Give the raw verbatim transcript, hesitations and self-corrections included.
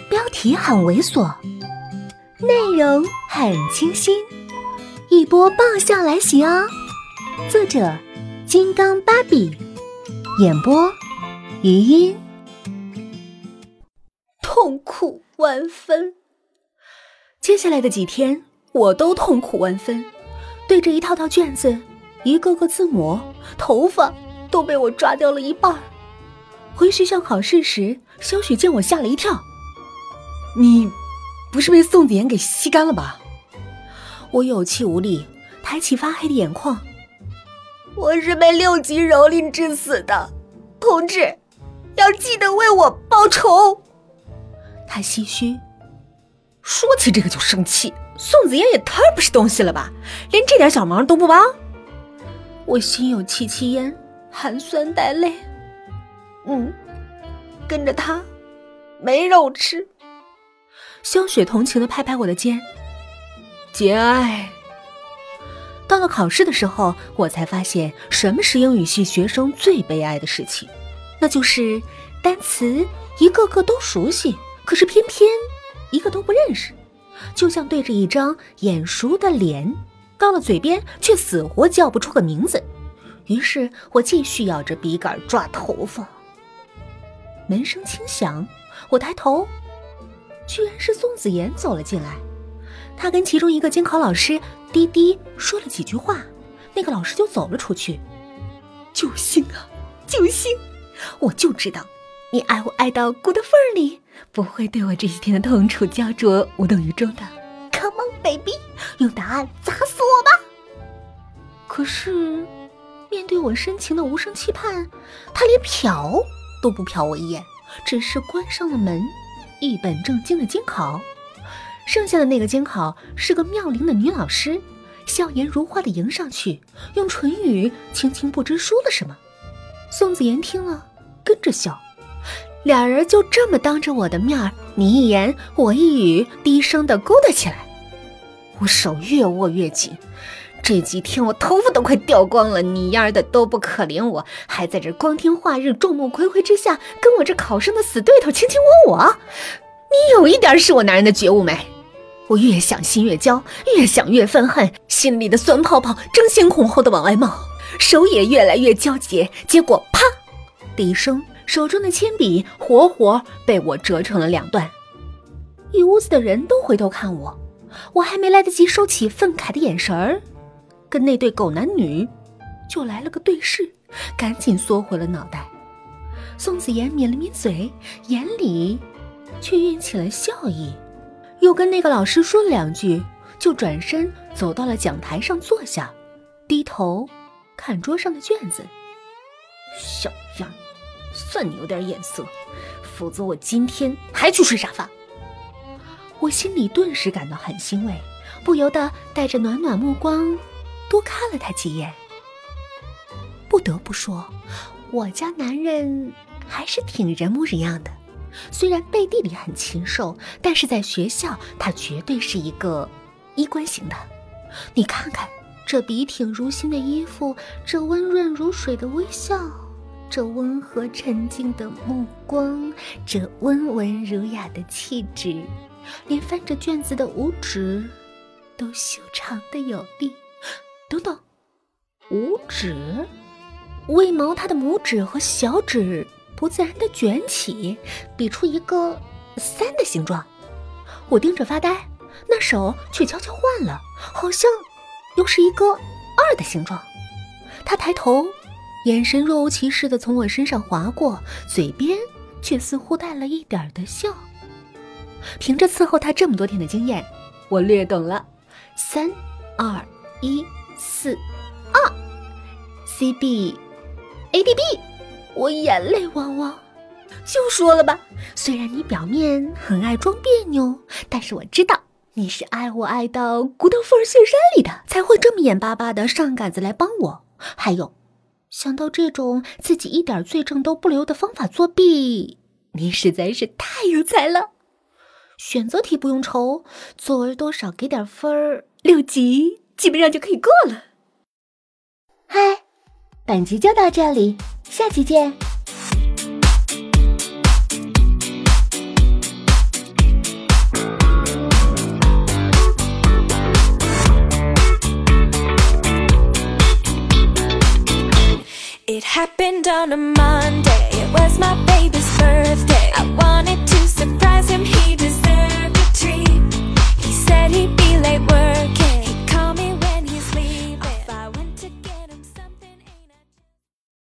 标题很猥琐，内容很清新，一波爆笑来袭哦！作者金刚芭比，演播余音。痛苦万分。接下来的几天我都痛苦万分，对着一套套卷子，一个个字母，头发都被我抓掉了一半。回学校考试时，肖雪见我吓了一跳。 你不是被宋子妍给吸干了吧？ 我有气无力，抬起发黑的眼眶。 我是被六级蹂躏致死的，同志，要记得为我报仇。 他唏嘘。 说起这个就生气，宋子妍也太不是东西了吧，连这点小忙都不帮。 我心有戚戚焉，含酸带泪。 嗯，跟着他没肉吃。 萧雪同情地拍拍我的肩。 节哀。 到了考试的时候，我才发现什么是英语系学生最悲哀的事情，那就是单词一个个都熟悉，可是偏偏一个都不认识，就像对着一张眼熟的脸，到了嘴边却死活叫不出个名字。于是我继续咬着笔杆抓头发。门声轻响，我抬头，居然是宋子妍走了进来。他跟其中一个监考老师低低说了几句话，那个老师就走了出去。救星啊，救星！我就知道你爱我爱到骨头缝里，不会对我这些天的痛楚焦灼无动于衷的。 Come on baby， 用答案砸死我吧！可是面对我深情的无声期盼，他连瞟都不瞟我一眼，只是关上了门，一本正经的监考。剩下的那个监考是个妙龄的女老师，笑颜如花的迎上去，用唇语轻轻不知说了什么。宋子妍听了跟着笑，俩人就这么当着我的面，你一言我一语，低声的勾搭起来。我手越握越紧，这几天我头发都快掉光了，你丫的都不可怜我，还在这光天化日众目睽睽之下跟我这考生的死对头卿卿我我，你有一点是我男人的觉悟没？我越想心越焦，越想越愤恨，心里的酸泡泡争先恐后的往外冒，手也越来越焦结，结果啪的一声，手中的铅笔活活被我折成了两段。一屋子的人都回头看我，我还没来得及收起愤慨的眼神儿，跟那对狗男女就来了个对视，赶紧缩回了脑袋。宋子妍抿了抿嘴，眼里却蕴起了笑意，又跟那个老师说了两句，就转身走到了讲台上坐下，低头看桌上的卷子。小样，算你有点眼色，否则我今天还去睡沙发。我心里顿时感到很欣慰，不由得带着暖暖目光多看了他几眼。不得不说，我家男人还是挺人模人样的，虽然背地里很禽兽，但是在学校他绝对是一个衣冠型的。你看看这笔挺如新的衣服，这温润如水的微笑，这温和沉静的目光，这温文儒雅的气质，连翻着卷子的五指都修长的有力。等等，五指？为毛他的拇指和小指不自然地卷起，比出一个三的形状？我盯着发呆，那手却悄悄换了，好像又是一个二的形状。他抬头，眼神若无其事地从我身上划过，嘴边却似乎带了一点的笑。凭着伺候他这么多天的经验，我略懂了。三二一四二 C B A D B， 我眼泪汪汪。就说了吧，虽然你表面很爱装别扭，但是我知道你是爱我爱到骨头缝血山里的，才会这么眼巴巴的上杆子来帮我。还有，想到这种自己一点罪证都不留的方法作弊，你实在是太有才了。选择题不用愁，作文多少给点分儿，六级基本上就可以过了。嗨，本集就到这里，下期见。 down to mine.